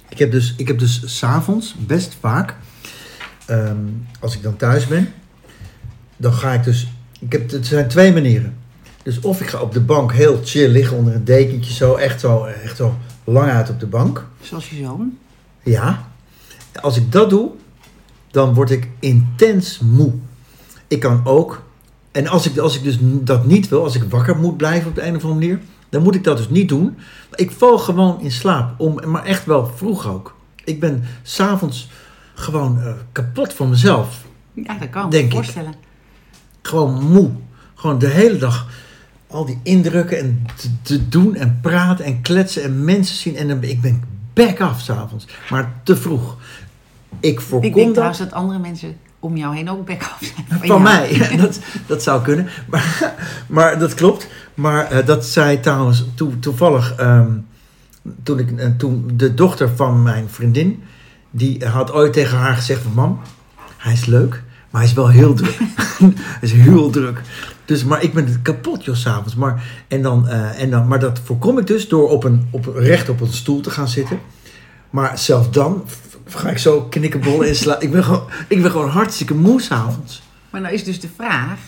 Ik heb dus 's avonds best vaak, als ik dan thuis ben, dan ga ik dus... Het zijn 2 manieren. Dus of ik ga op de bank heel chill liggen onder een dekentje, echt zo lang uit op de bank. Zoals je zoon. Ja. Als ik dat doe, dan word ik intens moe. Ik kan ook... En als ik dus dat niet wil, als ik wakker moet blijven op de een of andere manier, dan moet ik dat dus niet doen. Ik val gewoon in slaap. Maar echt wel vroeg ook. Ik ben 's avonds gewoon kapot van mezelf. Ja, dat kan denk ik me voorstellen. Gewoon moe. Gewoon de hele dag al die indrukken en te doen en praten en kletsen en mensen zien. En ik ben back af 's avonds. Maar te vroeg. Ik denk trouwens dat andere mensen om jou heen ook back af zijn. Van mij. Dat zou kunnen. Maar dat klopt. Maar dat zei trouwens toevallig... Toen de dochter van mijn vriendin... Die had ooit tegen haar gezegd van... Mam, hij is leuk, maar hij is wel heel druk. Hij is heel druk. Dus, maar ik ben kapot, joh, 's avonds. Maar dat voorkom ik dus door recht op een stoel te gaan zitten. Maar zelfs dan ga ik zo knikkenbollen in slaap. Ik ben gewoon hartstikke moe 's avonds. Maar nou is dus de vraag...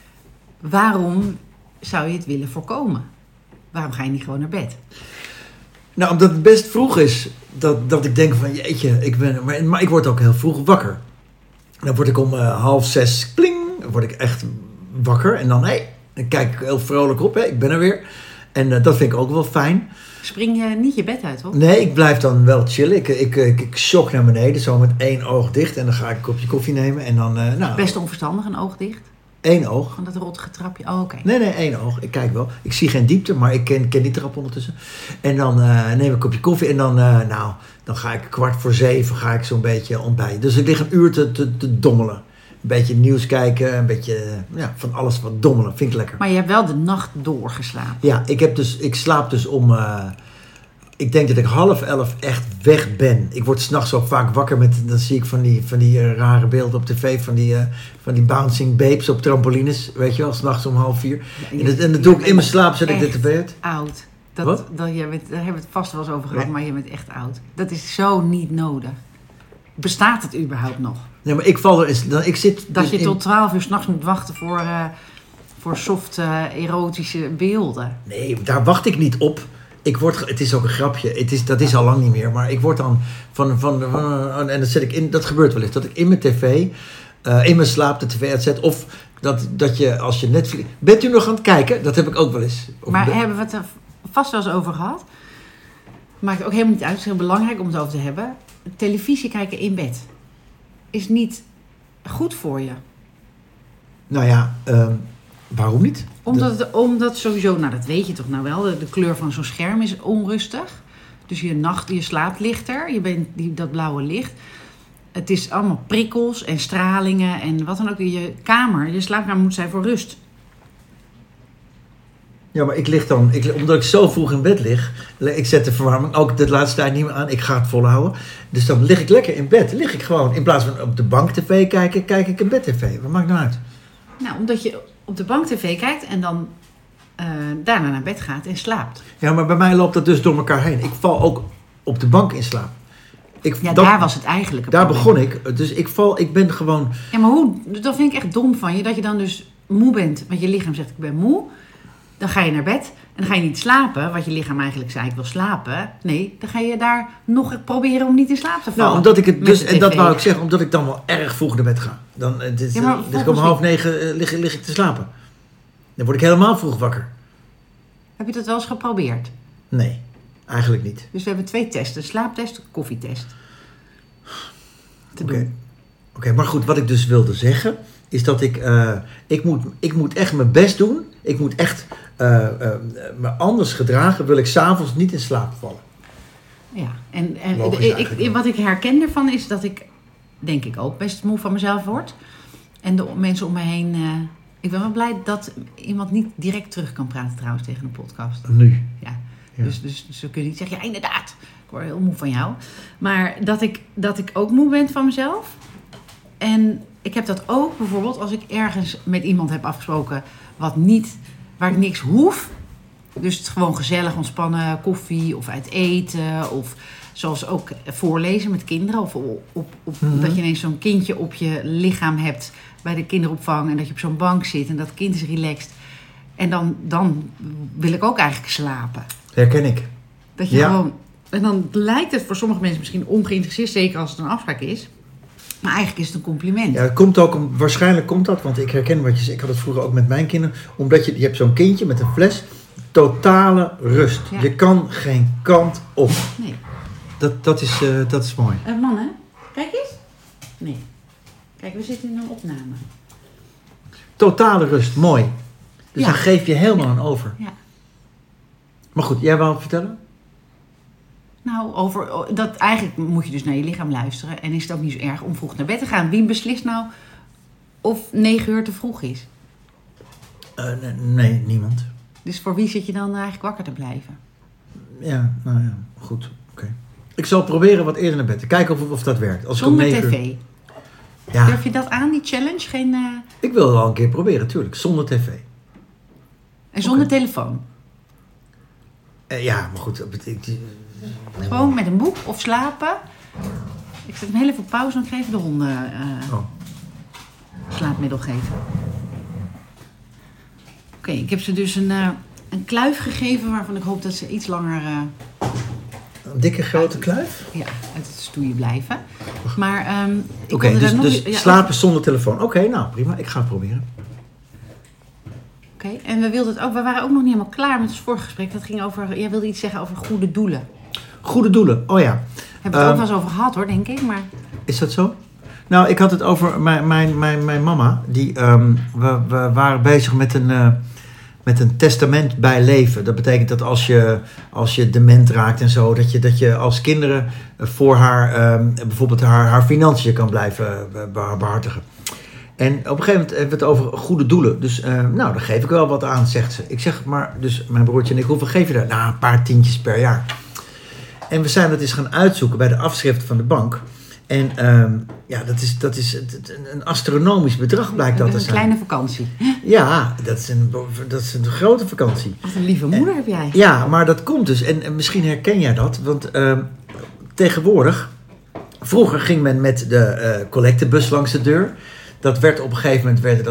Waarom zou je het willen voorkomen? Waarom ga je niet gewoon naar bed? Nou, omdat het best vroeg is. Dat ik denk van, jeetje, maar ik word ook heel vroeg wakker. Dan word ik om 5:30, pling, word ik echt wakker. En dan kijk ik heel vrolijk op, ik ben er weer. En dat vind ik ook wel fijn. Spring je niet je bed uit, hoor? Nee, ik blijf dan wel chillen. Ik shock naar beneden, zo met 1 oog dicht. En dan ga ik een kopje koffie nemen. En dan, Best onverstandig, een oog dicht. 1 oog. Van dat rottige trapje. Oh, oké. Nee, 1 oog. Ik kijk wel. Ik zie geen diepte, maar ik ken die trap ondertussen. En dan neem ik een kopje koffie. En dan ga ik 6:15 ga ik zo'n beetje ontbijten. Dus ik lig een uur te dommelen. Een beetje nieuws kijken. Een beetje van alles wat dommelen. Vind ik lekker. Maar je hebt wel de nacht doorgeslapen. Ja, ik slaap dus om... ik denk dat ik 10:30 echt weg ben. Ik word 's nachts ook vaak wakker dan zie ik van die rare beelden op tv, van die bouncing babes op trampolines, weet je wel, 's nachts om 3:30. Ja, en dat doe ik in mijn slaap, zet ik de tv uit. Oud. Wat? Daar hebben we het vast wel eens over gehad, Nee. maar je bent echt oud. Dat is zo niet nodig. Bestaat het überhaupt nog? Nee, maar ik val er... Ik zit Dat dus je tot 12 uur 's nachts moet wachten voor soft erotische beelden. Nee, daar wacht ik niet op. Het is ook een grapje. Dat is al lang niet meer. Maar ik word dan en dat zet ik in. Dat gebeurt wel eens. Dat ik in mijn tv, in mijn slaap de tv uitzet. Of dat je als je Netflix... Bent u nog aan het kijken? Dat heb ik ook wel eens. Maar hebben we het er vast wel eens over gehad? Maakt ook helemaal niet uit. Het is heel belangrijk om het over te hebben. Televisie kijken in bed is niet goed voor je. Nou ja, waarom niet? Omdat sowieso, nou dat weet je toch nou wel, de kleur van zo'n scherm is onrustig. Dus je slaapt lichter, dat blauwe licht. Het is allemaal prikkels en stralingen en wat dan ook. Je slaapkamer moet zijn voor rust. Ja, maar ik lig dan... omdat ik zo vroeg in bed lig... Ik zet de verwarming ook de laatste tijd niet meer aan. Ik ga het volhouden. Dus dan lig ik lekker in bed. Lig ik gewoon... In plaats van op de bank tv kijken... Kijk ik in bed tv. Wat maakt nou uit? Nou, omdat je op de bank tv kijkt... En dan daarna naar bed gaat en slaapt. Ja, maar bij mij loopt dat dus door elkaar heen. Ik val ook op de bank in slaap. Daar was het eigenlijk. Daar begon ik. Dus ik ben gewoon... Ja, maar dat vind ik echt dom van je. Dat je dan dus moe bent. Want je lichaam zegt, ik ben moe. Dan ga je naar bed. En dan ga je niet slapen. Wat je lichaam eigenlijk zei, ik wil slapen. Nee, dan ga je daar nog proberen om niet in slaap te vallen. Nou, omdat ik het dus... En dat wou ik zeggen. Omdat ik dan wel erg vroeg naar bed ga. Dan lig ik om 8:30 lig ik te slapen. Dan word ik helemaal vroeg wakker. Heb je dat wel eens geprobeerd? Nee, eigenlijk niet. Dus we hebben 2 testen. Een slaaptest, een koffietest. Oké, maar goed, wat ik dus wilde zeggen... is dat ik moet echt mijn best doen. Ik moet echt me anders gedragen... wil ik 's avonds niet in slaap vallen. Ja, en wat ik herken ervan is dat ik... denk ik ook best moe van mezelf word. En de mensen om me heen... ik ben wel blij dat iemand niet direct terug kan praten trouwens tegen een podcast. Nu. Ja. Dus ze kunnen niet zeggen, ja inderdaad, ik word heel moe van jou. Maar dat ik ook moe ben van mezelf. En ik heb dat ook bijvoorbeeld als ik ergens met iemand heb afgesproken waar ik niks hoef. Dus het gewoon gezellig ontspannen, koffie of uit eten. Of zoals ook voorlezen met kinderen. Of dat je ineens zo'n kindje op je lichaam hebt bij de kinderopvang. En dat je op zo'n bank zit en dat kind is relaxed. En dan wil ik ook eigenlijk slapen. Herken ik. Dat je gewoon... En dan lijkt het voor sommige mensen misschien ongeïnteresseerd. Zeker als het een afspraak is. Maar eigenlijk is het een compliment. Ja, het komt ook, waarschijnlijk komt dat, want ik herken wat je zegt. Ik had het vroeger ook met mijn kinderen. Omdat je hebt zo'n kindje met een fles. Totale rust. Ja. Je kan geen kant op. Nee. Dat is mooi. Mannen, kijk eens. Nee. Kijk, we zitten in een opname. Totale rust, mooi. Dus dan geef je helemaal aan over. Ja. Maar goed, jij wou het vertellen? Nou, over dat eigenlijk moet je dus naar je lichaam luisteren. En is het ook niet zo erg om vroeg naar bed te gaan. Wie beslist nou of 9 uur te vroeg is? Nee, niemand. Dus voor wie zit je dan eigenlijk wakker te blijven? Ja, nou ja, goed. Oké. Ik zal proberen wat eerder naar bed te kijken of dat werkt. Als zonder ik om 9 tv? Uur... Ja. Durf je dat aan, die challenge? Ik wil het al een keer proberen, tuurlijk. Zonder tv. En zonder telefoon? Ja, maar goed. Dat betekent... Gewoon met een boek of slapen. Ik zet hem heel even op pauze en ik ga even de honden slaapmiddel geven. Oké, ik heb ze dus een kluif gegeven waarvan ik hoop dat ze iets langer... Een dikke grote kluif? Ja, uit het stoeien blijven. Maar Oké, dus slapen zonder telefoon. Oké, nou prima. Ik ga het proberen. Oké, en we waren ook nog niet helemaal klaar met ons vorige gesprek. Dat ging over, jij wilde iets zeggen over goede doelen. Goede doelen, oh ja. Hebben we het ook wel eens over gehad hoor, denk ik. Maar... Is dat zo? Nou, ik had het over mijn mama. We waren bezig met een testament bij leven. Dat betekent dat als je dement raakt en zo, dat je als kinderen voor haar bijvoorbeeld haar financiën kan blijven behartigen. En op een gegeven moment hebben we het over goede doelen. Dus nou, daar geef ik wel wat aan, zegt ze. Ik zeg maar, dus mijn broertje en ik, hoeveel geef je daar? Nou, een paar tientjes per jaar. En we zijn dat eens gaan uitzoeken bij de afschriften van de bank. En dat is een astronomisch bedrag blijkt dat te zijn. Een kleine vakantie. Ja, dat is een grote vakantie. Wat een lieve moeder heb jij. Ja, maar dat komt dus. En misschien herken jij dat. Want tegenwoordig, vroeger ging men met de collectebus langs de deur. Dat werd op een gegeven moment,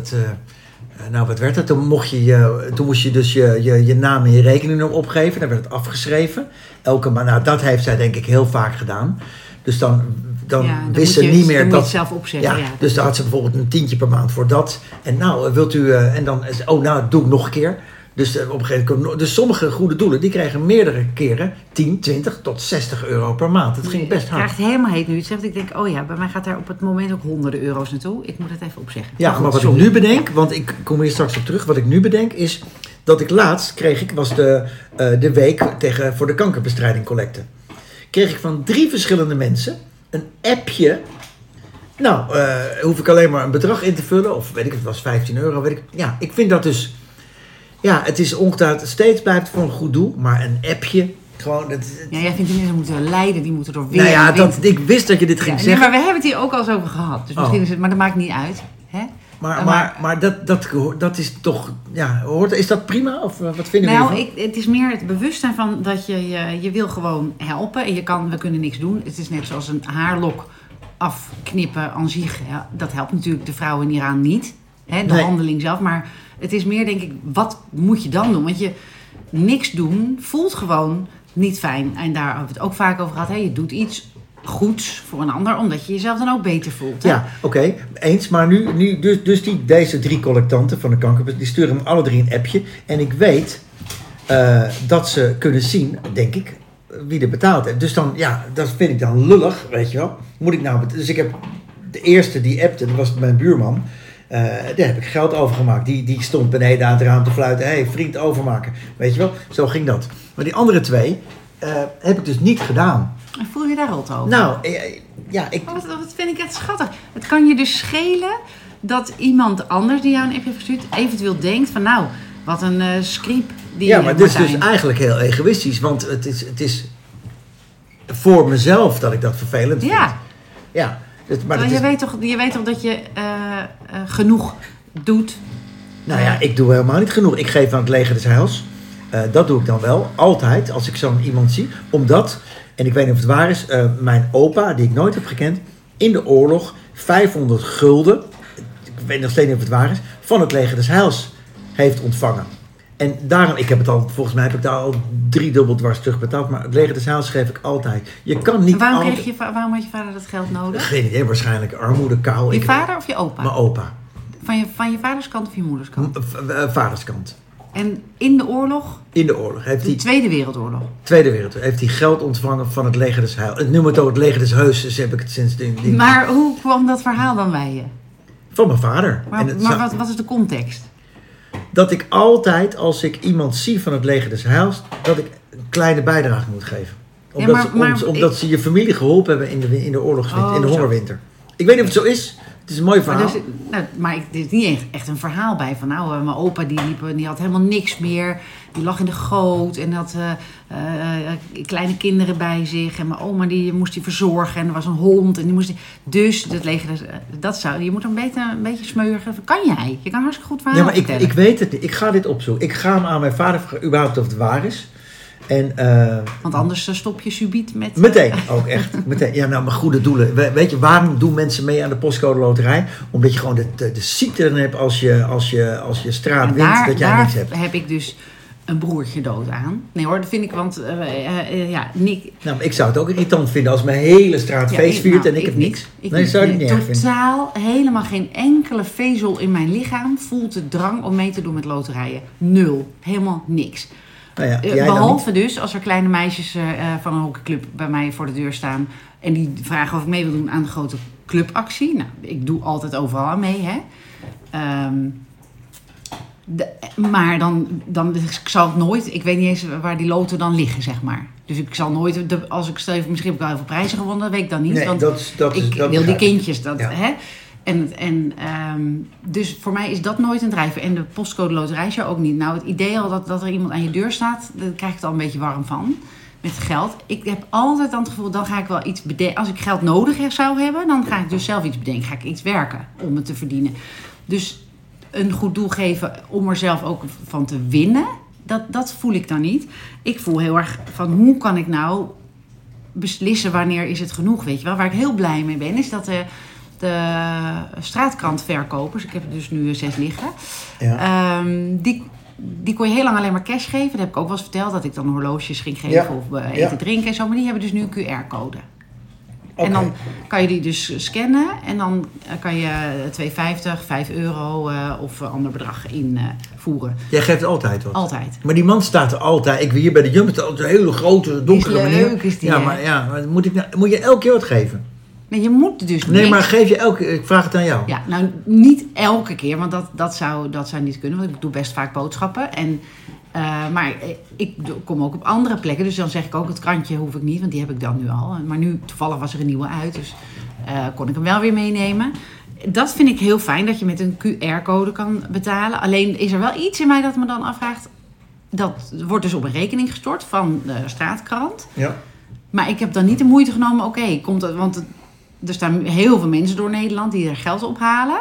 wat werd het? Toen moest je dus je naam en je rekening opgeven. Dan werd het afgeschreven. Elke maand. Nou, dat heeft zij denk ik heel vaak gedaan. Dus dan wist ze niet meer dat... Dan moet je het zelf opzetten. Ja, dus dan had ze bijvoorbeeld een tientje per maand voor dat. En nou, wilt u... en dan... dat doe ik nog een keer. Dus op een gegeven moment... Dus sommige goede doelen, die kregen meerdere keren 10, 20 tot 60 euro per maand. Dat ging best hard. Ik krijg het helemaal heet nu. Het zegt, ik denk, bij mij gaat daar op het moment ook honderden euro's naartoe. Ik moet het even opzeggen. Ja, maar wat ik nu bedenk, want ik kom hier straks op terug. Wat ik nu bedenk is dat ik laatst was de week voor de kankerbestrijding collecte. Kreeg ik van 3 verschillende mensen een appje. Nou, hoef ik alleen maar een bedrag in te vullen. Of weet ik, het was 15 euro. Weet ik. Ja, ik vind dat dus... Ja, het is ongetwijfeld steeds blijft voor een goed doel. Maar een appje, gewoon... Ja, jij vindt die mensen moeten lijden. Die moeten door weer nou ja, ik wist dat je dit ging zeggen. Nee, maar we hebben het hier ook al eens over gehad. Dus misschien is het... Maar dat maakt niet uit. Hè? Maar dat is toch... Ja, is dat prima? Of wat vinden we ervan? Het is meer het bewustzijn van dat je wil gewoon helpen. En we kunnen niks doen. Het is net zoals een haarlok afknippen aan zich. Ja, dat helpt natuurlijk de vrouwen in Iran niet. Hè, de handeling zelf. Maar het is meer denk ik, wat moet je dan doen? Want niks doen voelt gewoon niet fijn. En daar hebben we het ook vaak over gehad. Hè? Je doet iets goeds voor een ander, omdat je jezelf dan ook beter voelt. Hè? Ja, oké, eens. Maar nu dus deze 3 collectanten van de kanker, die sturen me alle 3 een appje. En ik weet dat ze kunnen zien, denk ik, wie er betaald heeft. Dus dan, ja, dat vind ik dan lullig, weet je wel. Moet ik nou... Dus ik heb de eerste die appte, dat was mijn buurman. Daar heb ik geld overgemaakt. Die stond beneden aan het raam te fluiten. Hé, vriend, overmaken. Weet je wel, zo ging dat. Maar die andere 2 heb ik dus niet gedaan. En voel je daar rot over? Nou, ja, Dat vind ik echt schattig. Het kan je dus schelen dat iemand anders die jou een appje heeft gestuurd eventueel denkt van nou, wat een skriep die... Ja, maar dit is dus eigenlijk heel egoïstisch. Want het is voor mezelf dat ik dat vervelend vind. Ja. Maar je weet toch dat je genoeg doet? Nou ja, ik doe helemaal niet genoeg. Ik geef aan het leger des heils. Dat doe ik dan wel, altijd, als ik zo'n iemand zie. Omdat, en ik weet niet of het waar is, mijn opa, die ik nooit heb gekend, in de oorlog 500 gulden, ik weet nog steeds niet of het waar is, van het leger des Heils heeft ontvangen. En daarom, volgens mij heb ik daar al 3 dwars terugbetaald, maar het leger des Heils geef ik altijd. Je kan niet waarom had je vader dat geld nodig? Geen idee, waarschijnlijk armoede, kaal. Je vader of je opa? Mijn opa. Van je vaders kant of je moeders kant? Vaderskant. En in de oorlog? In de oorlog. De Tweede Wereldoorlog? Tweede Wereldoorlog. Heeft hij geld ontvangen van het leger des Heils. Ik noem het ook het leger des Heuses, heb ik het sindsdien. Maar hoe kwam dat verhaal dan bij je? Van mijn vader. Maar wat is de context? Dat ik altijd, als ik iemand zie van het leger des Heils, dat ik een kleine bijdrage moet geven. Omdat ze je familie geholpen hebben in de oorlogswinter, in de hongerwinter. Ik weet niet of het zo is. Het is een mooi verhaal. Maar er is niet echt een verhaal bij van mijn opa die had helemaal niks meer. Die lag in de goot en had kleine kinderen bij zich. En mijn oma die moest hij verzorgen en er was een hond. En die moest dus dat leger, je moet een beetje smeuigen. Kan jij? Je kan hartstikke goed verhalen vertellen. Ik weet het niet. Ik ga dit opzoeken. Ik ga hem aan mijn vader vragen überhaupt of het waar is. Want anders stop je subiet met... Meteen, ook echt. Meteen. Ja, nou, maar goede doelen. Weet je, waarom doen mensen mee aan de postcode loterij? Omdat je gewoon de ziekte erin hebt als je straat wint, dat jij niks hebt. Daar heb ik dus een broertje dood aan. Nee hoor, dat vind ik, want Nick... Nou, maar ik zou het ook irritant vinden als mijn hele straat feest viert en ik heb niks. Nee, zou ik niet erg vinden. Totaal, helemaal geen enkele vezel in mijn lichaam voelt de drang om mee te doen met loterijen. 0. Helemaal niks. Nou ja, behalve dus als er kleine meisjes van een hockeyclub bij mij voor de deur staan en die vragen of ik mee wil doen aan de grote clubactie. Nou, ik doe altijd overal aan mee, hè. Maar dan zal ik nooit, ik weet niet eens waar die loten dan liggen, zeg maar. Dus ik zal nooit, als ik stel even, misschien heb ik wel heel veel prijzen gewonnen, dat weet ik dan niet. Nee, want ik wil die kindjes, hè. Dus voor mij is dat nooit een drijver. En de postcode loterijshow ook niet. Nou, het idee al dat er iemand aan je deur staat, daar krijg ik het al een beetje warm van. Met geld. Ik heb altijd dan het gevoel, dan ga ik wel iets bedenken. Als ik geld nodig zou hebben, dan ga ik dus zelf iets bedenken. Ga ik iets werken om het te verdienen. Dus een goed doel geven om er zelf ook van te winnen, dat voel ik dan niet. Ik voel heel erg van, hoe kan ik nou beslissen wanneer is het genoeg, weet je wel. Waar ik heel blij mee ben, is dat de straatkrantverkopers, ik heb er dus nu 6 liggen, ja. Die kon je heel lang alleen maar cash geven. Dat heb ik ook wel eens verteld, dat ik dan horloges ging geven, ja, of eten, drinken en zo. Maar die hebben dus nu een QR-code. Okay. En dan kan je die dus scannen en dan kan je 2,50, €5 of een ander bedrag invoeren. Jij geeft altijd wat? Altijd. Maar die man staat er altijd. Ik hier bij de Jump, een hele grote, donkere meneer. Leuk is die, maar moet je elke keer wat geven? Nee, je moet dus niks. Nee, maar geef je elke keer, ik vraag het aan jou. Ja, nou niet elke keer, want dat zou niet kunnen. Want ik doe best vaak boodschappen. Maar ik kom ook op andere plekken. Dus dan zeg ik ook, het krantje hoef ik niet, want die heb ik dan nu al. Maar nu, toevallig was er een nieuwe uit, dus kon ik hem wel weer meenemen. Dat vind ik heel fijn, dat je met een QR-code kan betalen. Alleen is er wel iets in mij dat me dan afvraagt. Dat wordt dus op een rekening gestort van de straatkrant. Ja. Maar ik heb dan niet de moeite genomen, komt het, want er staan heel veel mensen door Nederland die er geld ophalen.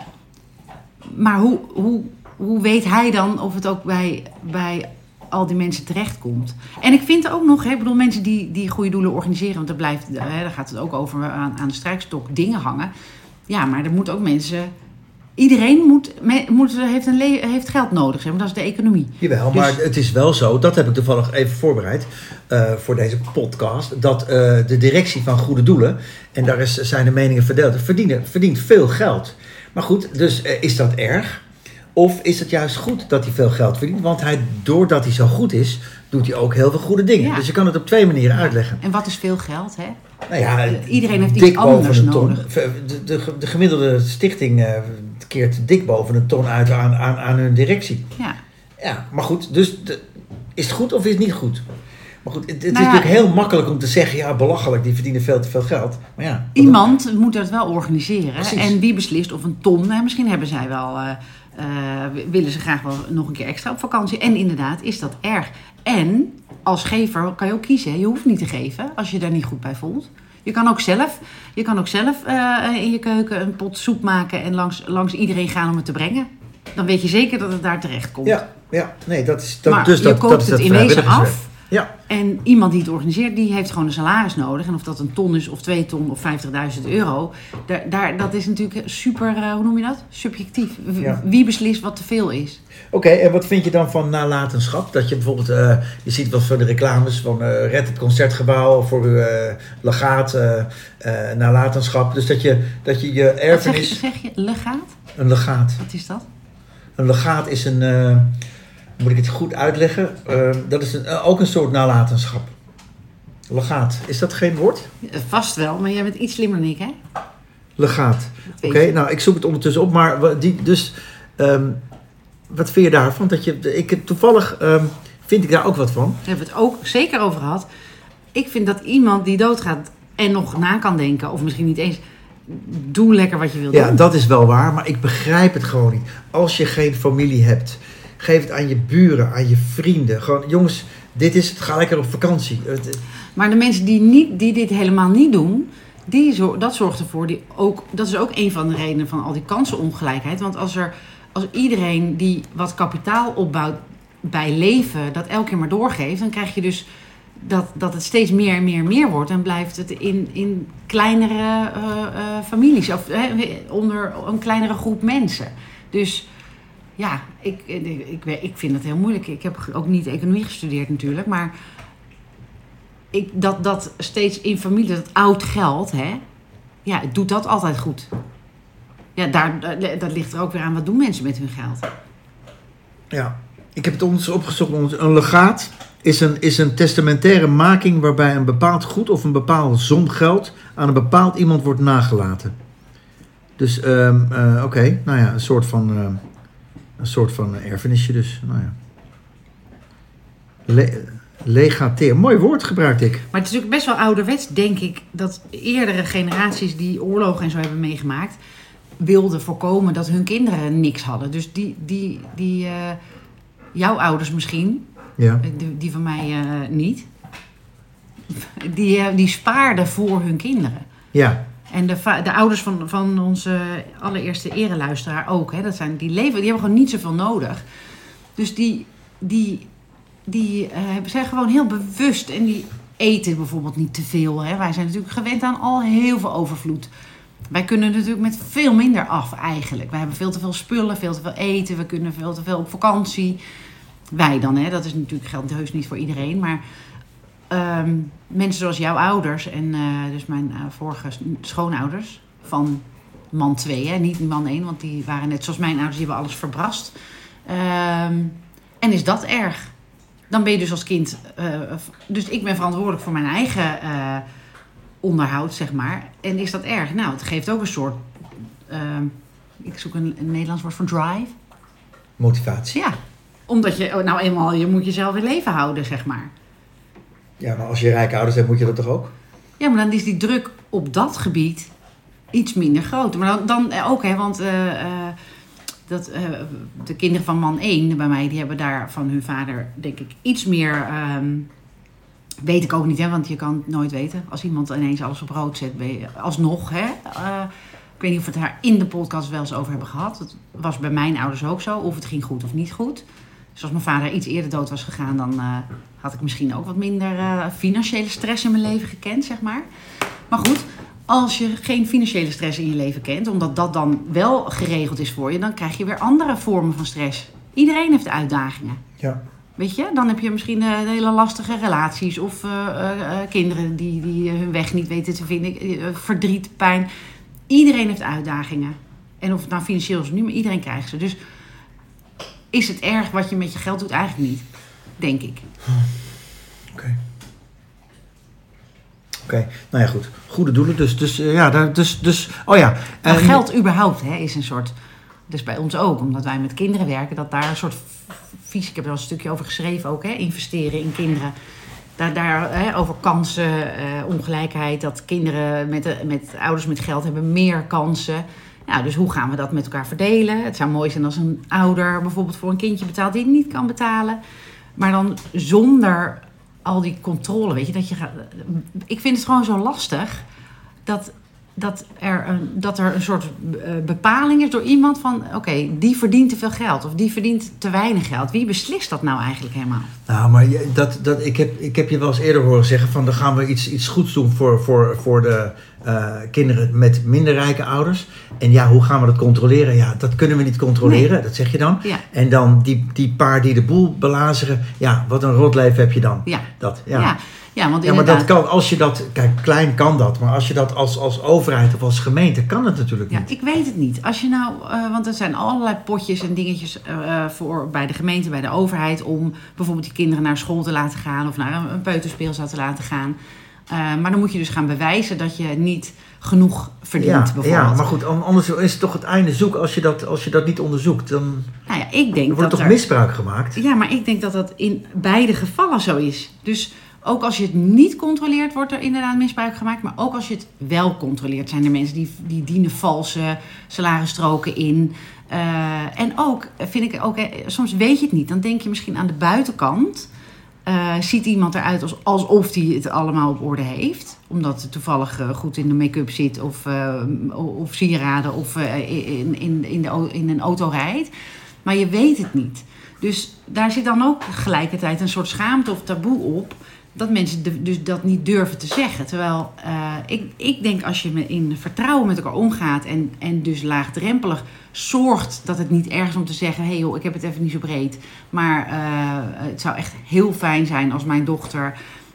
Maar hoe weet hij dan of het ook bij al die mensen terechtkomt? En ik vind ook nog, ik bedoel, mensen die goede doelen organiseren, want daar gaat het ook over aan de strijkstok dingen hangen. Ja, maar er moet ook mensen... Iedereen heeft geld nodig, zeg maar. Dat is de economie. Jawel, dus... maar het is wel zo, dat heb ik toevallig even voorbereid voor deze podcast, dat de directie van Goede Doelen, en daar zijn de meningen verdeeld, verdient veel geld. Maar goed, dus is dat erg? Of is het juist goed dat hij veel geld verdient? Want doordat hij zo goed is, doet hij ook heel veel goede dingen. Ja. Dus je kan het op 2 manieren uitleggen. En wat is veel geld, hè? Nou ja, iedereen heeft iets anders nodig. De gemiddelde stichting keert dik boven een ton uit aan hun directie. Ja, maar goed, dus is het goed of is het niet goed? Maar goed, het is natuurlijk heel makkelijk om te zeggen, ja, belachelijk, die verdienen veel te veel geld. Maar ja, iemand moet dat wel organiseren. Precies. En wie beslist of een ton, misschien hebben zij wel... willen ze graag wel nog een keer extra op vakantie. En inderdaad, is dat erg. En als gever kan je ook kiezen. Je hoeft niet te geven als je daar niet goed bij voelt. Je kan ook zelf in je keuken een pot soep maken en langs iedereen gaan om het te brengen. Dan weet je zeker dat het daar terecht komt. Ja. Ja, nee, dat is Maar dus je koopt dat is het dat in wezen vrijwilligerswerk. af. Ja, En iemand die het organiseert, die heeft gewoon een salaris nodig. En of dat een ton is, of 2 ton, of 50.000 euro. Dat is natuurlijk super, hoe noem je dat? Subjectief. Ja. Wie beslist wat te veel is? Oké, en wat vind je dan van nalatenschap? Dat je bijvoorbeeld, je ziet wat van de reclames van red het concertgebouw voor uw legaat, nalatenschap. Dus dat je erfenis... Zeg je legaat? Een legaat. Wat is dat? Een legaat is moet ik het goed uitleggen? Dat is ook een soort nalatenschap. Legaat, is dat geen woord? Vast wel, maar jij bent iets slimmer dan ik, hè? Legaat. weet Oké, je. nou ik zoek het ondertussen op, maar wat vind je daarvan? Toevallig vind ik daar ook wat van. Daar hebben we het ook zeker over gehad. Ik vind dat iemand die doodgaat en nog na kan denken, of misschien niet eens, doe lekker wat je wil Ja, doen. dat is wel waar, maar ik begrijp het gewoon niet. Als je geen familie hebt, geef het aan je buren, aan je vrienden. Gewoon, jongens, dit is het, ga lekker op vakantie. Maar de mensen die dit helemaal niet doen, dat zorgt ervoor, dat is ook een van de redenen van al die kansenongelijkheid. Want als iedereen die wat kapitaal opbouwt bij leven, dat elke keer maar doorgeeft, dan krijg je dus dat het steeds meer en meer en meer wordt. En blijft het in kleinere families, of onder een kleinere groep mensen. Dus ja, ik vind het heel moeilijk. Ik heb ook niet economie gestudeerd natuurlijk, maar dat steeds in familie, dat oud geld, hè, ja, doet dat altijd goed. Ja, dat ligt er ook weer aan, wat doen mensen met hun geld? Ja, ik heb het ondertussen opgezocht. Een legaat is een testamentaire making waarbij een bepaald goed of een bepaalde som geld aan een bepaald iemand wordt nagelaten. Dus, oké, nou ja, een soort van erfenisje dus. Nou ja. Legateer, mooi woord gebruikte ik. Maar het is natuurlijk best wel ouderwets, denk ik, dat eerdere generaties die oorlogen en zo hebben meegemaakt, wilden voorkomen dat hun kinderen niks hadden. Dus jouw ouders misschien, Ja. die van mij niet, die spaarden voor hun kinderen. Ja, En de ouders van onze allereerste ereluisteraar ook, hè, die hebben gewoon niet zoveel nodig. Dus die zijn gewoon heel bewust en die eten bijvoorbeeld niet te veel. Hè. Wij zijn natuurlijk gewend aan al heel veel overvloed. Wij kunnen natuurlijk met veel minder af eigenlijk. Wij hebben veel te veel spullen, veel te veel eten. We kunnen veel te veel op vakantie. Wij dan, hè. Dat is natuurlijk, geldt heus niet voor iedereen. Maar mensen zoals jouw ouders en dus mijn vorige schoonouders van man 2, hè, niet man 1, want die waren net zoals mijn ouders, die hebben alles verbrast. En is dat erg? Dan ben je dus als kind... dus ik ben verantwoordelijk voor mijn eigen onderhoud, zeg maar. En is dat erg? Nou, het geeft ook een soort... ik zoek een Nederlands woord voor drive. motivatie. Ja, omdat je moet jezelf in leven houden, zeg maar. Ja, maar als je rijke ouders hebt, moet je dat toch ook? Ja, maar dan is die druk op dat gebied iets minder groot. Maar dan ook, hè, want de kinderen van man 1 bij mij, die hebben daar van hun vader, denk ik, iets meer... weet ik ook niet, hè, want je kan het nooit weten. Als iemand ineens alles op rood zet, ben je alsnog, hè. Ik weet niet of we het daar in de podcast wel eens over hebben gehad. Het was bij mijn ouders ook zo, of het ging goed of niet goed. Dus als mijn vader iets eerder dood was gegaan, dan had ik misschien ook wat minder financiële stress in mijn leven gekend, zeg maar. Maar goed, als je geen financiële stress in je leven kent, omdat dat dan wel geregeld is voor je, dan krijg je weer andere vormen van stress. Iedereen heeft uitdagingen. Ja. Weet je, dan heb je misschien hele lastige relaties of kinderen die hun weg niet weten te vinden, verdriet, pijn. Iedereen heeft uitdagingen. En of het nou financieel is of niet, maar iedereen krijgt ze. Dus is het erg wat je met je geld doet? Eigenlijk niet, denk ik. Oké, nou ja, goed. Goede doelen, oh ja. Maar geld überhaupt, hè, is een soort... Dus bij ons ook, omdat wij met kinderen werken, dat daar een soort visie... Ik heb er al een stukje over geschreven ook, hè, investeren in kinderen. Daar hè, over kansen, ongelijkheid, dat kinderen met ouders met geld hebben meer kansen. Nou, dus hoe gaan we dat met elkaar verdelen? Het zou mooi zijn als een ouder bijvoorbeeld voor een kindje betaalt die het niet kan betalen. Maar dan zonder al die controle, weet je. Ik vind het gewoon zo lastig dat dat er een soort bepaling is door iemand van... Oké, die verdient te veel geld of die verdient te weinig geld. Wie beslist dat nou eigenlijk helemaal? Nou, maar ik heb je wel eens eerder horen zeggen van... dan gaan we iets goeds doen voor de kinderen met minder rijke ouders. En ja, hoe gaan we dat controleren? Ja, dat kunnen we niet controleren, Nee. dat zeg je dan. Ja. En dan die paar die de boel belazeren... Ja, wat een rotleven heb je dan. Ja. Dat, Ja, want Ja, maar inderdaad... dat kan, als je dat... Kijk, klein kan dat. Maar als je dat als overheid of als gemeente... kan het natuurlijk Ja, niet. ik weet het niet. Als je nou, want er zijn allerlei potjes en dingetjes bij de gemeente, bij de overheid... om bijvoorbeeld die kinderen naar school te laten gaan... of naar een peuterspeelzaal te laten gaan. Maar dan moet je dus gaan bewijzen dat je niet genoeg verdient, bijvoorbeeld. Ja, maar goed, anders is het toch het einde zoek. Als je dat niet onderzoekt, dan Nou ja, ik denk wordt er toch misbruik gemaakt. Ja, maar ik denk dat dat in beide gevallen zo is. Dus ook als je het niet controleert, wordt er inderdaad misbruik gemaakt. Maar ook als je het wel controleert, zijn er mensen die dienen valse salarisstroken in. En ook, vind ik ook, soms weet je het niet. Dan denk je misschien aan de buitenkant. Ziet iemand eruit alsof hij het allemaal op orde heeft. Omdat hij toevallig goed in de make-up zit of sieraden of in een auto rijdt. Maar je weet het niet. Dus daar zit dan ook tegelijkertijd een soort schaamte of taboe op. Dat mensen dus dat niet durven te zeggen. Terwijl ik denk als je in vertrouwen met elkaar omgaat en dus laagdrempelig zorgt dat het niet erg is om te zeggen... hé joh, ik heb het even niet zo breed. Maar het zou echt heel fijn zijn als mijn dochter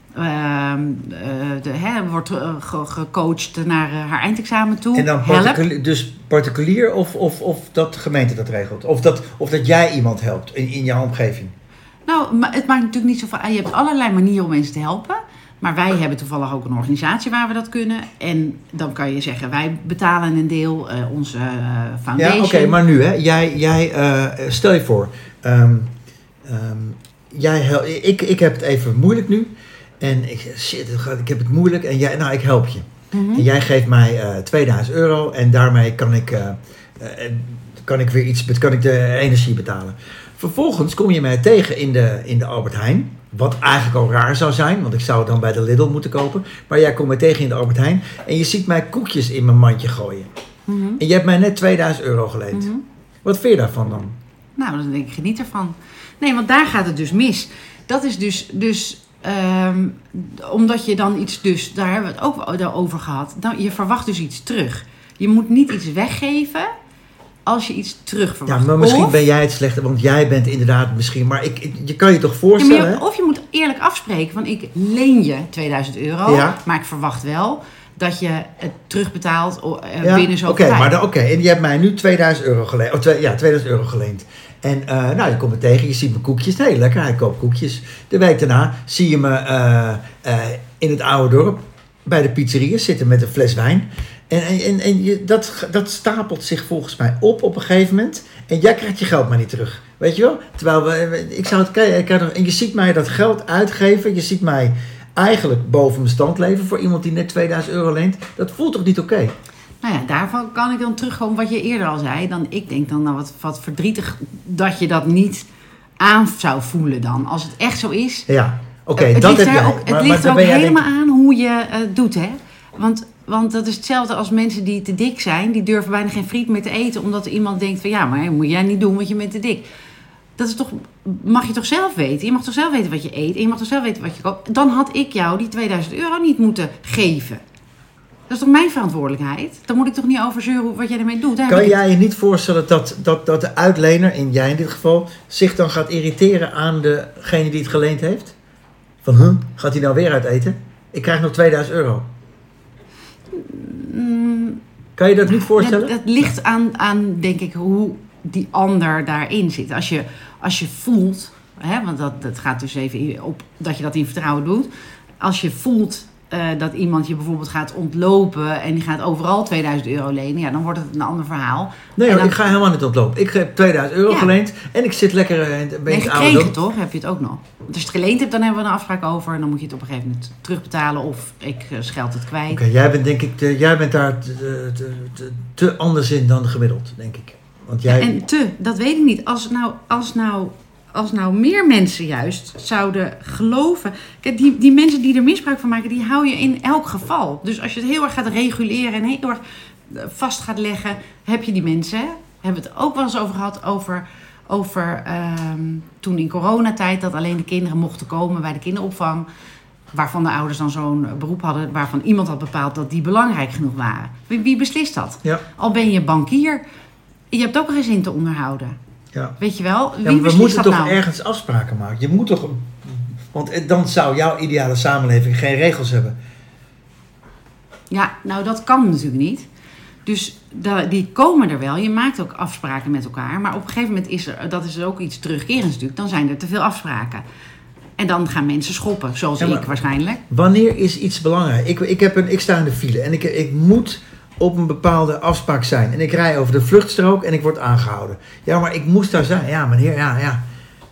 wordt gecoacht naar haar eindexamen toe. En dan particulier of dat de gemeente dat regelt? Of dat jij iemand helpt in jouw omgeving? Nou, het maakt natuurlijk niet zo van... Je hebt allerlei manieren om mensen te helpen. Maar wij hebben toevallig ook een organisatie waar we dat kunnen. En dan kan je zeggen, wij betalen een deel, onze foundation. Ja, oké, maar nu, hè. Jij stel je voor... ik heb het even moeilijk nu. En ik heb het moeilijk. En ik help je. Mm-hmm. En jij geeft mij €2000 en daarmee kan ik de energie betalen. Vervolgens kom je mij tegen in de Albert Heijn. Wat eigenlijk al raar zou zijn, want ik zou dan bij de Lidl moeten kopen. Maar jij komt mij tegen in de Albert Heijn en je ziet mij koekjes in mijn mandje gooien. Mm-hmm. En je hebt mij net €2000 geleend. Mm-hmm. Wat vind je daarvan dan? Nou, dan denk ik, geniet ervan. Nee, want daar gaat het dus mis. Dat is dus omdat je dan iets daar hebben we het ook over gehad. Je verwacht dus iets terug. Je moet niet iets weggeven als je iets terug verwacht. Ja, maar misschien ben jij het slechte, want jij bent inderdaad misschien... Maar je kan je toch voorstellen... Of je moet eerlijk afspreken van ik leen je €2000, maar ik verwacht wel dat je het terugbetaalt binnen zoveel tijd. Oké, en je hebt mij nu €2000 geleend. €2000 geleend. En je komt me tegen, je ziet mijn koekjes. Nee, lekker, hij koopt koekjes. De week daarna zie je me in het oude dorp bij de pizzeria zitten met een fles wijn. En dat stapelt zich volgens mij op een gegeven moment. En jij krijgt je geld maar niet terug. Weet je wel? Terwijl ik zou het kijken. En je ziet mij dat geld uitgeven. Je ziet mij eigenlijk boven mijn stand leven voor iemand die net €2000 leent. Dat voelt toch niet oké? Nou ja, daarvan kan ik dan terugkomen wat je eerder al zei. Ik denk dan wat verdrietig dat je dat niet aan zou voelen dan. Als het echt zo is. Ja, oké, dat heb jij. Het ligt er ook helemaal aan hoe je het doet, hè. Want dat is hetzelfde als mensen die te dik zijn. Die durven bijna geen friet meer te eten. Omdat er iemand denkt van ja, maar dat moet jij niet doen, want je bent te dik. Dat is toch, mag je toch zelf weten? Je mag toch zelf weten wat je eet. En je mag toch zelf weten wat je koopt. Dan had ik jou die €2000 niet moeten geven. Dat is toch mijn verantwoordelijkheid? Dan moet ik toch niet over zeuren wat jij ermee doet. Kan jij je niet voorstellen dat de uitlener, en jij in dit geval, zich dan gaat irriteren aan degene die het geleend heeft? Van, gaat hij nou weer uit eten? Ik krijg nog €2000. Kan je dat niet voorstellen? Het ligt aan, denk ik, hoe die ander daarin zit. Als je voelt, hè, want dat gaat dus even op dat je dat in vertrouwen doet. Als je voelt dat iemand je bijvoorbeeld gaat ontlopen en die gaat overal €2000 lenen, ja, dan wordt het een ander verhaal. Nee, ik ga helemaal niet ontlopen. Ik heb €2000 geleend en ik zit lekker in het oude gekregen toch? Heb je het ook nog? Want als je het geleend hebt, dan hebben we een afspraak over en dan moet je het op een gegeven moment terugbetalen of ik scheld het kwijt. Oké, jij bent denk ik jij bent daar te anders in dan gemiddeld, denk ik. Want jij... Ja, en dat weet ik niet. als nou meer mensen juist zouden geloven... Kijk, die mensen die er misbruik van maken, die hou je in elk geval. Dus als je het heel erg gaat reguleren en heel erg vast gaat leggen, heb je die mensen. Hè? Hebben we het ook wel eens over gehad, over toen in coronatijd, dat alleen de kinderen mochten komen bij de kinderopvang, waarvan de ouders dan zo'n beroep hadden, waarvan iemand had bepaald dat die belangrijk genoeg waren. Wie beslist dat? Ja. Al ben je bankier, je hebt ook een gezin te onderhouden. Ja. Weet je wel? Wie Ja, maar we moeten dat toch nou? ergens afspraken maken. Je moet toch... Want dan zou jouw ideale samenleving geen regels hebben. Ja, nou dat kan natuurlijk niet. Dus die komen er wel. Je maakt ook afspraken met elkaar. Maar op een gegeven moment dat is ook iets terugkerends natuurlijk. Dan zijn er te veel afspraken. En dan gaan mensen schoppen, zoals ik waarschijnlijk. Wanneer is iets belangrijk? Ik sta in de file en ik moet op een bepaalde afspraak zijn. En ik rij over de vluchtstrook en ik word aangehouden. Ja, maar ik moest daar zijn. Ja, meneer, ja.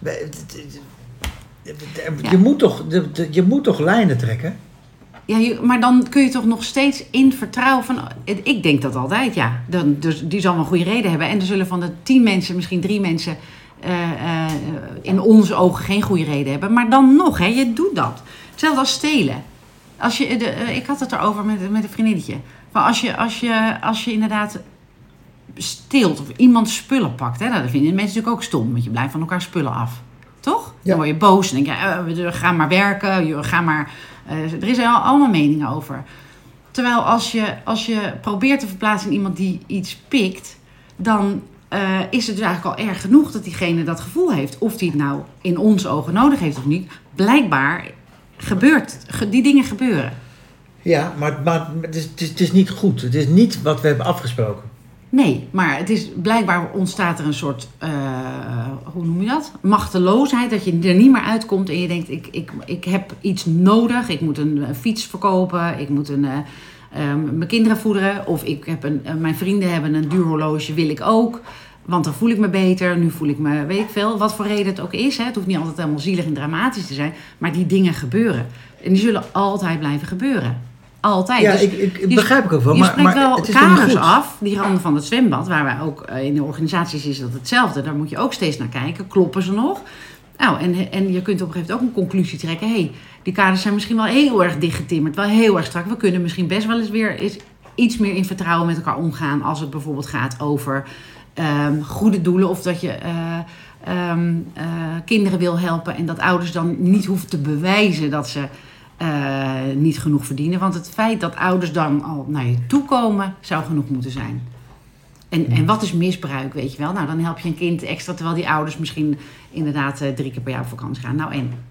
Je moet toch lijnen trekken? Ja, maar dan kun je toch nog steeds in vertrouwen van... Ik denk dat altijd, ja. Dus die zal wel een goede reden hebben. En er zullen van de 10 mensen, misschien 3 mensen... in onze ogen geen goede reden hebben. Maar dan nog, hè, je doet dat. Hetzelfde als stelen. Ik had het erover met een vriendinnetje. Maar als je inderdaad steelt of iemand spullen pakt... Hè, nou, dan vinden mensen natuurlijk ook stom. Want je blijft van elkaar spullen af. Toch? Ja. Dan word je boos en denk je... ga maar werken, ga maar... er is allemaal meningen over. Terwijl als je probeert te verplaatsen in iemand die iets pikt... dan is het dus eigenlijk al erg genoeg dat diegene dat gevoel heeft. Of die het nou in onze ogen nodig heeft of niet. Blijkbaar die dingen gebeuren. Ja, maar het is niet goed. Het is niet wat we hebben afgesproken. Nee, maar het is blijkbaar ontstaat er een soort, hoe noem je dat? Machteloosheid, dat je er niet meer uitkomt en je denkt, ik heb iets nodig. Ik moet een fiets verkopen, ik moet mijn kinderen voederen. Of mijn vrienden hebben een duur horloge, wil ik ook. Want dan voel ik me beter, nu voel ik me, weet ik veel, wat voor reden het ook is. Hè. Het hoeft niet altijd helemaal zielig en dramatisch te zijn, maar die dingen gebeuren. En die zullen altijd blijven gebeuren. Altijd. Ja, dus ik begrijp ik ook wel. Je spreekt wel het is kaders af, die randen van het zwembad, waar wij ook in de organisaties is dat hetzelfde. Daar moet je ook steeds naar kijken. Kloppen ze nog? Nou, en je kunt op een gegeven moment ook een conclusie trekken. Hey, die kaders zijn misschien wel heel erg dichtgetimmerd, wel heel erg strak. We kunnen misschien best wel eens weer iets meer in vertrouwen met elkaar omgaan als het bijvoorbeeld gaat over goede doelen of dat je kinderen wil helpen en dat ouders dan niet hoeven te bewijzen dat ze niet genoeg verdienen. Want het feit dat ouders dan al naar je toe komen, zou genoeg moeten zijn. En wat is misbruik, weet je wel? Nou, dan help je een kind extra, terwijl die ouders misschien inderdaad 3 keer per jaar op vakantie gaan. Nou, en?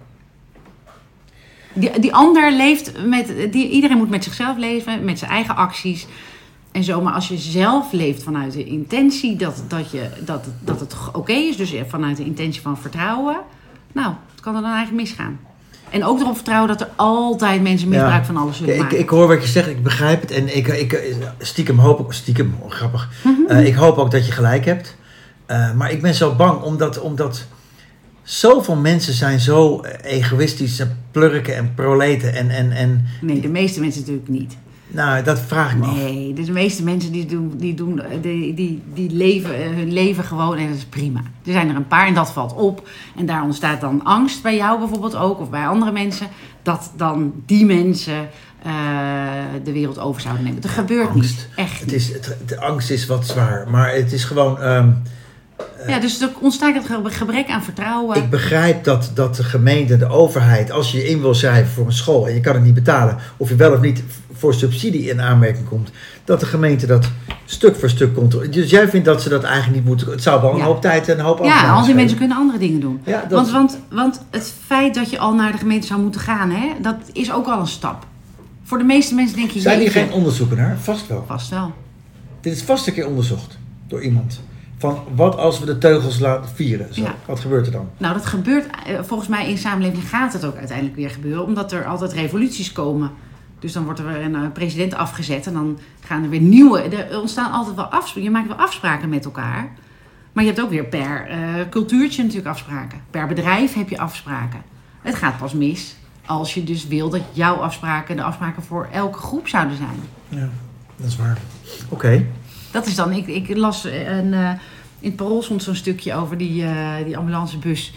Die ander leeft iedereen moet met zichzelf leven, met zijn eigen acties. En zo, maar als je zelf leeft vanuit de intentie dat het oké is, dus vanuit de intentie van vertrouwen, nou, het kan er dan eigenlijk misgaan. En ook erop vertrouwen dat er altijd mensen misbruik van alles zullen maken. Ik hoor wat je zegt, ik begrijp het. En ik stiekem hoop ook, grappig. Ik hoop ook dat je gelijk hebt. Maar ik ben zo bang, omdat zoveel mensen zijn zo egoïstisch en plurken en proleten. Nee, de meeste mensen natuurlijk niet. Nou, dat vraag ik me af. Nee, de meeste mensen die leven hun leven gewoon en dat is prima. Er zijn er een paar en dat valt op. En daar ontstaat dan angst bij jou bijvoorbeeld ook, of bij andere mensen, dat dan die mensen de wereld over zouden nemen. Dat gebeurt niet, echt niet. De angst is wat zwaar, maar het is gewoon... ja, dus er ontstaat het gebrek aan vertrouwen. Ik begrijp dat de gemeente, de overheid, als je je in wil schrijven voor een school en je kan het niet betalen, of je wel of niet voor subsidie in aanmerking komt, dat de gemeente dat stuk voor stuk controleert. Dus jij vindt dat ze dat eigenlijk niet moeten... Het zou wel een hoop tijd en een hoop Ja, al die mensen kunnen andere dingen doen. Ja, want het feit dat je al naar de gemeente zou moeten gaan, hè, dat is ook al een stap. Voor de meeste mensen denk je... Zijn hier geen onderzoeken naar? Vast wel. Vast wel. Dit is vast een keer onderzocht door iemand. Van wat als we de teugels laten vieren? Zo. Ja. Wat gebeurt er dan? Nou, dat gebeurt... Volgens mij in samenleving gaat het ook uiteindelijk weer gebeuren. Omdat er altijd revoluties komen. Dus dan wordt er weer een president afgezet. En dan gaan er weer nieuwe... Er ontstaan altijd wel afspraken. Je maakt wel afspraken met elkaar. Maar je hebt ook weer per cultuurtje natuurlijk afspraken. Per bedrijf heb je afspraken. Het gaat pas mis als je dus wil dat jouw afspraken de afspraken voor elke groep zouden zijn. Ja, dat is waar. Oké. Dat is dan... Ik las In het Parool stond zo'n stukje over die ambulancebus.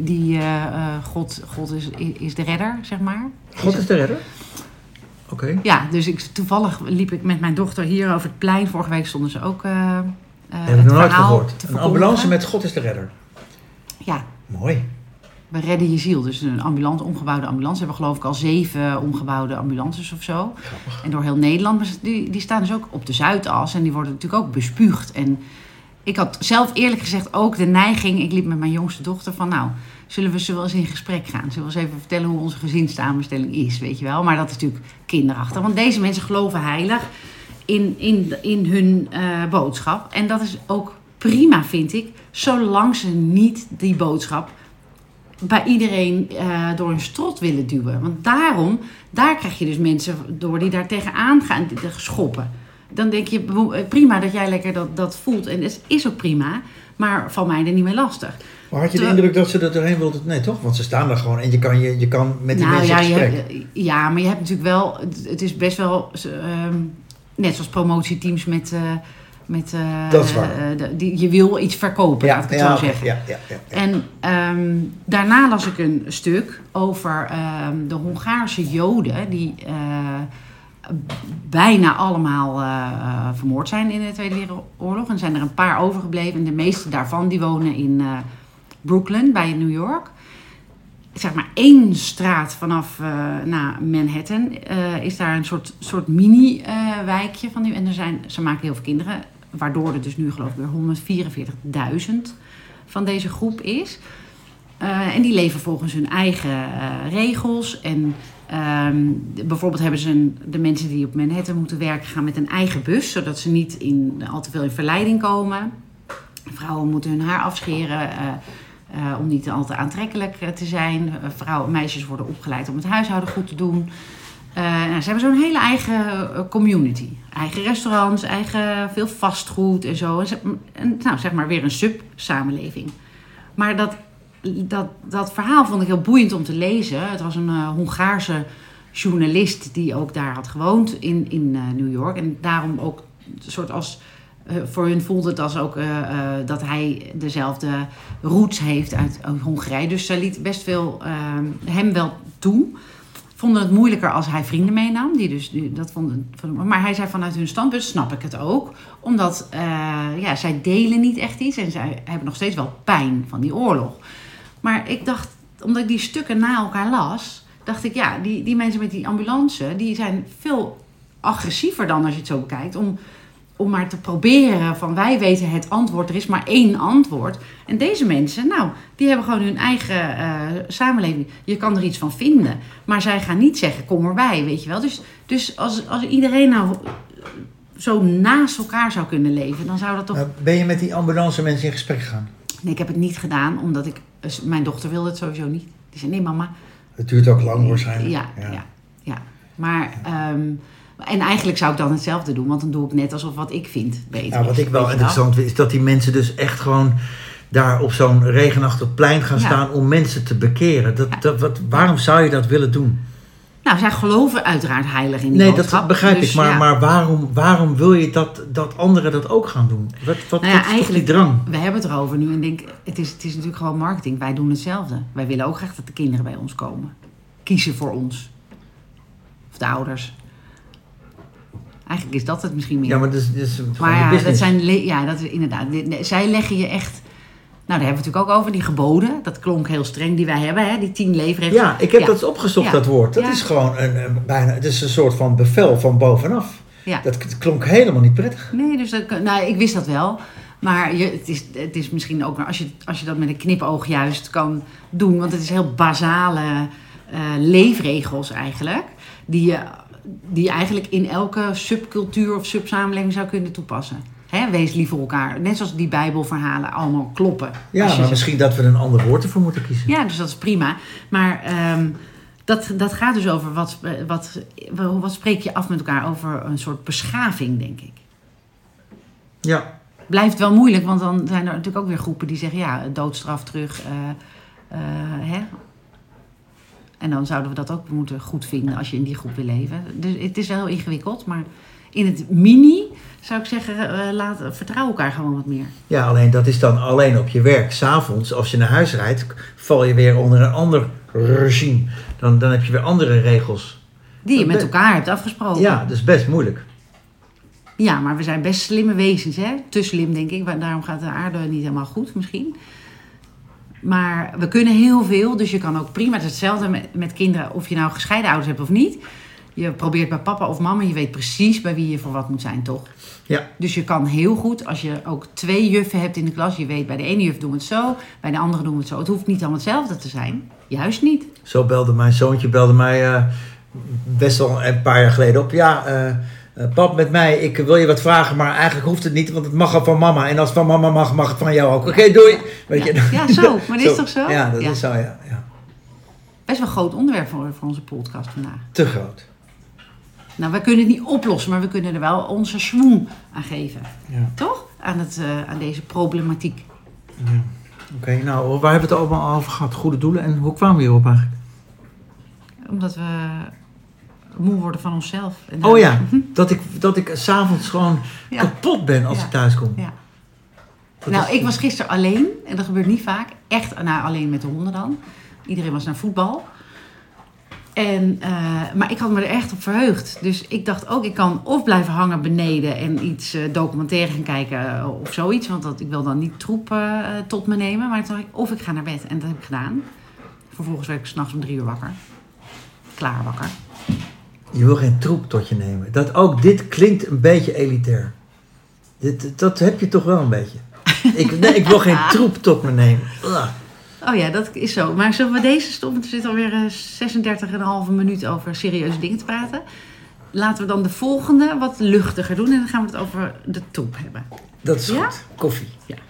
God is de redder, zeg maar. God is de redder? Oké. Ja, dus toevallig liep ik met mijn dochter hier over het plein. Vorige week stonden ze ook Heb ik nog nooit gehoord. Een ambulance met God is de redder. Ja. Mooi. We redden je ziel. Dus een omgebouwde ambulance. We hebben geloof ik al 7 omgebouwde ambulances of zo. Grappig. En door heel Nederland. Maar die staan dus ook op de Zuidas. En die worden natuurlijk ook bespuugd. En ik had zelf eerlijk gezegd ook de neiging. Ik liep met mijn jongste dochter van nou, zullen we eens in gesprek gaan? Zullen we eens even vertellen hoe onze gezinssamenstelling is, weet je wel? Maar dat is natuurlijk kinderachtig. Want deze mensen geloven heilig in hun boodschap. En dat is ook prima, vind ik. Zolang ze niet die boodschap bij iedereen door een strot willen duwen. Want daar krijg je dus mensen door die daar tegenaan gaan schoppen. Dan denk je, prima dat jij lekker dat voelt. En het is ook prima, maar val mij er niet mee lastig. Maar had je de indruk dat ze er doorheen wilden? Nee, toch? Want ze staan daar gewoon en je kan met die mensen in gesprek. Ja, maar je hebt natuurlijk wel... Het is best wel... net zoals promotieteams met dat is waar. Je wil iets verkopen, laat ik het zo zeggen. Ja. En daarna las ik een stuk over de Hongaarse Joden... die bijna allemaal vermoord zijn in de Tweede Wereldoorlog. En zijn er een paar overgebleven. En de meeste daarvan die wonen in Brooklyn, bij New York. Zeg maar 1 straat vanaf Manhattan is daar een soort mini-wijkje van die. En ze maken heel veel kinderen, waardoor er dus nu geloof ik weer 144.000 van deze groep is. En die leven volgens hun eigen regels. En bijvoorbeeld hebben ze de mensen die op Manhattan moeten werken gaan met een eigen bus, zodat ze niet al te veel in verleiding komen. Vrouwen moeten hun haar afscheren om niet al te aantrekkelijk te zijn. Meisjes worden opgeleid om het huishouden goed te doen. Ze hebben zo'n hele eigen community. Eigen restaurants, veel vastgoed en zo. Zeg maar weer een sub-samenleving. Maar dat verhaal vond ik heel boeiend om te lezen. Het was een Hongaarse journalist die ook daar had gewoond in New York. En daarom ook een soort als... voor hun voelde het als ook dat hij dezelfde roots heeft uit Hongarije. Dus zij liet best veel hem wel toe. Vonden het moeilijker als hij vrienden meenam. Maar hij zei vanuit hun standpunt snap ik het ook. Omdat zij delen niet echt iets. En zij hebben nog steeds wel pijn van die oorlog. Maar ik dacht, omdat ik die stukken na elkaar las... dacht ik, ja, die mensen met die ambulance... die zijn veel agressiever dan als je het zo bekijkt... om maar te proberen van wij weten het antwoord. Er is maar 1 antwoord. En deze mensen, die hebben gewoon hun eigen samenleving. Je kan er iets van vinden. Maar zij gaan niet zeggen, kom erbij, weet je wel. Dus als iedereen zo naast elkaar zou kunnen leven, dan zou dat toch... Ben je met die ambulance mensen in gesprek gegaan? Nee, ik heb het niet gedaan, omdat mijn dochter wilde het sowieso niet. Die zei, nee mama. Het duurt ook lang waarschijnlijk. Ja. Maar... en eigenlijk zou ik dan hetzelfde doen, want dan doe ik net alsof wat ik vind beter. Nou, wat ik wel interessant vind, is dat die mensen dus echt gewoon daar op zo'n regenachtig plein gaan staan om mensen te bekeren. Waarom zou je dat willen doen? Nou, zij geloven uiteraard heilig in die boodschap. Dat begrijp ik, maar waarom wil je dat anderen dat ook gaan doen? Wat is die drang? We hebben het erover nu en denk, het is natuurlijk gewoon marketing. Wij doen hetzelfde. Wij willen ook graag dat de kinderen bij ons komen. Kiezen voor ons. Of de ouders. Eigenlijk is dat het misschien meer. Ja, maar dat is inderdaad. Zij leggen je echt... Nou, daar hebben we het natuurlijk ook over. Die geboden, dat klonk heel streng die wij hebben. Hè? Die 10 leefregels. Ja, ik heb dat opgezocht, dat woord. Dat is gewoon het is een soort van bevel van bovenaf. Ja. Dat klonk helemaal niet prettig. Nee, dus ik wist dat wel. Maar het is misschien ook... Als je dat met een knipoog juist kan doen. Want het is heel basale leefregels eigenlijk. Die je eigenlijk in elke subcultuur of subsamenleving zou kunnen toepassen. Wees lief voor elkaar. Net zoals die Bijbelverhalen allemaal kloppen. Ja, maar misschien dat we een ander woord ervoor moeten kiezen. Ja, dus dat is prima. Maar dat gaat dus over wat spreek je af met elkaar over een soort beschaving, denk ik. Ja. Blijft wel moeilijk, want dan zijn er natuurlijk ook weer groepen die zeggen, doodstraf terug. En dan zouden we dat ook moeten goed vinden als je in die groep wil leven. Dus het is wel heel ingewikkeld, maar In het mini zou ik zeggen, vertrouw elkaar gewoon wat meer. Ja, alleen dat is dan alleen op je werk. 's Avonds, als je naar huis rijdt, val je weer onder een ander regime. Dan heb je weer andere regels. Die je met elkaar hebt afgesproken. Ja, dat is best moeilijk. Ja, maar we zijn best slimme wezens, hè? Te slim, denk ik. Daarom gaat de aarde niet helemaal goed, misschien. Maar we kunnen heel veel, dus je kan ook prima. Het is hetzelfde met kinderen, of je nou gescheiden ouders hebt of niet. Je probeert bij papa of mama, je weet precies bij wie je voor wat moet zijn, toch? Ja. Dus je kan heel goed, als je ook 2 juffen hebt in de klas, je weet bij de ene juf doen we het zo, bij de andere doen we het zo. Het hoeft niet allemaal hetzelfde te zijn. Juist niet. Zo belde mijn zoontje best wel een paar jaar geleden op. Ja, pap, met mij, ik wil je wat vragen, maar eigenlijk hoeft het niet, want het mag al van mama. En als het van mama mag, mag het van jou ook. Oké, doei. Weet je? Ja, zo. Maar dat is toch zo? Ja, dat is zo, ja. Best wel een groot onderwerp voor onze podcast vandaag. Te groot. Nou, wij kunnen het niet oplossen, maar we kunnen er wel onze schwung aan geven. Ja. Toch? Aan deze problematiek. Ja. Oké, nou, waar hebben we het allemaal over gehad? Goede doelen. En hoe kwamen we hierop eigenlijk? Omdat we moe worden van onszelf. En Oh ja, dat ik 's avonds gewoon Ja. kapot ben als ik thuis kom. Ja. Dat Nou, is- ik was gisteren alleen. En dat gebeurt niet vaak. Echt alleen met de honden dan. Iedereen was naar voetbal. Maar ik had me er echt op verheugd. Dus ik dacht ook, ik kan of blijven hangen beneden en iets documentaire gaan kijken of zoiets. Want ik wil dan niet troep tot me nemen. Maar toen dacht ik, of ik ga naar bed. En dat heb ik gedaan. Vervolgens werd ik 's nachts om 3 uur wakker. Klaar wakker. Je wil geen troep tot je nemen. Dit klinkt een beetje elitair. Dat heb je toch wel een beetje. Ik wil geen troep tot me nemen. Ugh. Oh ja, dat is zo. Maar zullen we deze stoppen? Er zit alweer 36,5 minuut over serieuze dingen te praten. Laten we dan de volgende wat luchtiger doen. En dan gaan we het over de troep hebben. Dat is Ja? goed. Koffie. Ja.